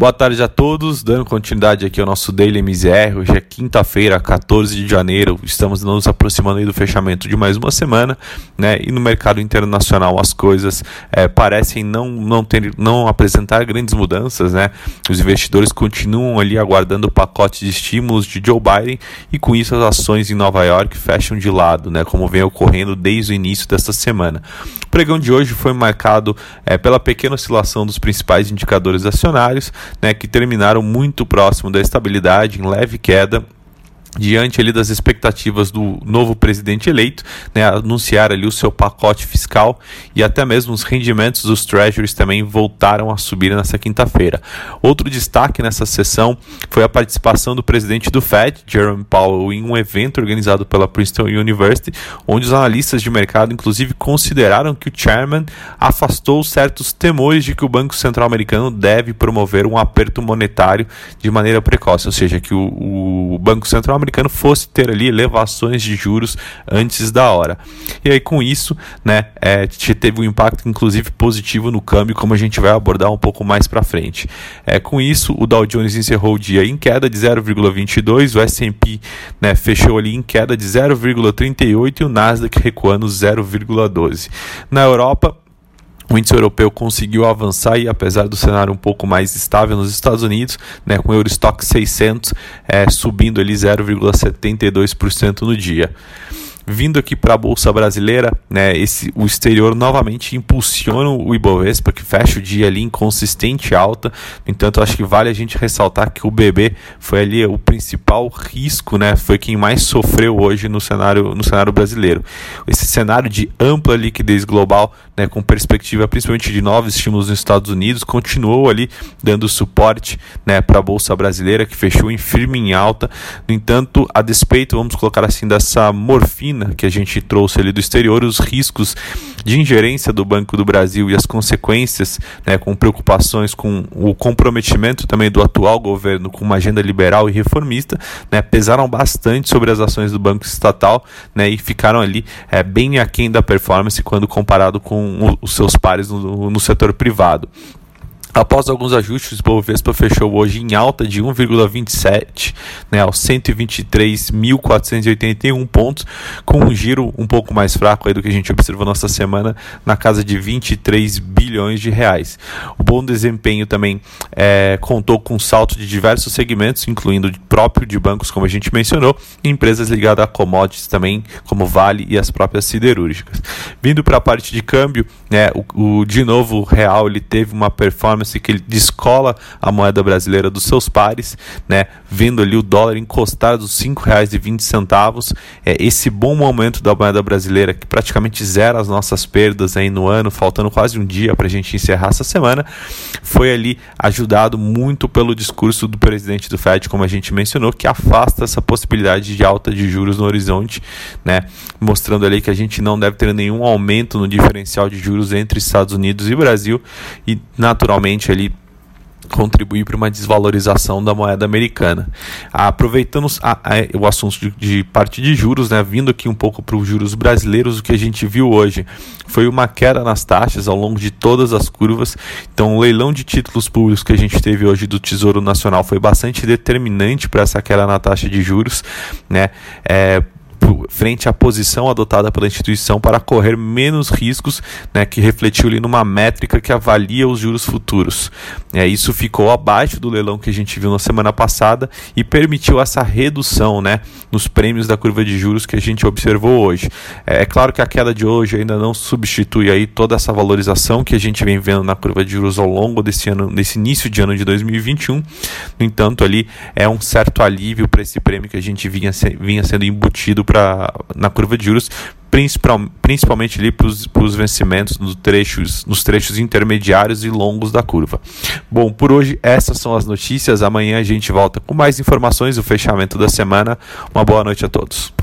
Boa tarde a todos, dando continuidade aqui ao nosso Daily MZR. Hoje é quinta-feira, 14 de janeiro, estamos nos aproximando aí do fechamento de mais uma semana, né? E no mercado internacional as coisas parecem não apresentar grandes mudanças, né? Os investidores continuam ali aguardando o pacote de estímulos de Joe Biden e com isso as ações em Nova York fecham de lado, né? Como vem ocorrendo desde o início desta semana. O pregão de hoje foi marcado pela pequena oscilação dos principais indicadores acionários, né, que terminaram muito próximo da estabilidade, em leve queda, diante ali das expectativas do novo presidente eleito, né, anunciar ali o seu pacote fiscal, e até mesmo os rendimentos dos treasuries também voltaram a subir nessa quinta-feira. Outro destaque nessa sessão foi a participação do presidente do Fed, Jerome Powell, em um evento organizado pela Princeton University, onde os analistas de mercado inclusive consideraram que o chairman afastou certos temores de que o Banco Central americano deve promover um aperto monetário de maneira precoce, ou seja, que o Banco Central americano fosse ter ali elevações de juros antes da hora. E aí com isso, né, teve um impacto inclusive positivo no câmbio, como a gente vai abordar um pouco mais para frente. Com isso, o Dow Jones encerrou o dia em queda de 0,22, o S&P, né, fechou ali em queda de 0,38 e o Nasdaq recuando 0,12. Na Europa, o índice europeu conseguiu avançar e apesar do cenário um pouco mais estável nos Estados Unidos, né, com o Eurostock 600 subindo ali 0,72% no dia. Vindo aqui para a Bolsa Brasileira, né, o exterior novamente impulsiona o Ibovespa, que fecha o dia ali em consistente alta. No entanto, acho que vale a gente ressaltar que o BB foi ali o principal risco, né, foi quem mais sofreu hoje no cenário brasileiro. Esse cenário de ampla liquidez global, né, com perspectiva principalmente de novos estímulos nos Estados Unidos, continuou ali dando suporte, né, para a Bolsa Brasileira, que fechou firme em alta. No entanto, a despeito, vamos colocar assim, dessa morfina que a gente trouxe ali do exterior, os riscos de ingerência do Banco do Brasil e as consequências, né, com preocupações com o comprometimento também do atual governo com uma agenda liberal e reformista, né, pesaram bastante sobre as ações do Banco Estatal, né, e ficaram ali bem aquém da performance quando comparado com os seus pares no setor privado. Após alguns ajustes, o Ibovespa fechou hoje em alta de 1,27, né, aos 123.481 pontos, com um giro um pouco mais fraco aí do que a gente observou nessa semana, na casa de 23 bilhões de reais. O bom desempenho também contou com salto de diversos segmentos, incluindo o próprio de bancos, como a gente mencionou, e empresas ligadas a commodities também, como Vale e as próprias siderúrgicas. Vindo para a parte de câmbio, né, de novo o real ele teve uma performance que ele descola a moeda brasileira dos seus pares, né, vendo ali o dólar encostar dos R$ 5,20, esse bom momento da moeda brasileira, que praticamente zera as nossas perdas aí no ano, faltando quase um dia para a gente encerrar essa semana, foi ali ajudado muito pelo discurso do presidente do Fed, como a gente mencionou, que afasta essa possibilidade de alta de juros no horizonte, né, mostrando ali que a gente não deve ter nenhum aumento no diferencial de juros entre Estados Unidos e Brasil e naturalmente ali contribuir para uma desvalorização da moeda americana. Aproveitando o assunto de parte de juros, né, vindo aqui um pouco para os juros brasileiros, o que a gente viu hoje foi uma queda nas taxas ao longo de todas as curvas. Então o leilão de títulos públicos que a gente teve hoje do Tesouro Nacional foi bastante determinante para essa queda na taxa de juros, né, frente à posição adotada pela instituição para correr menos riscos, né, que refletiu ali numa métrica que avalia os juros futuros. Isso ficou abaixo do leilão que a gente viu na semana passada e permitiu essa redução, né, nos prêmios da curva de juros que a gente observou hoje. É claro que a queda de hoje ainda não substitui aí toda essa valorização que a gente vem vendo na curva de juros ao longo desse início de ano de 2021. No entanto, ali é um certo alívio para esse prêmio que a gente vinha sendo embutido na curva de juros, principalmente ali para os vencimentos nos trechos intermediários e longos da curva. Bom, por hoje essas são as notícias. Amanhã a gente volta com mais informações do fechamento da semana. Uma boa noite a todos.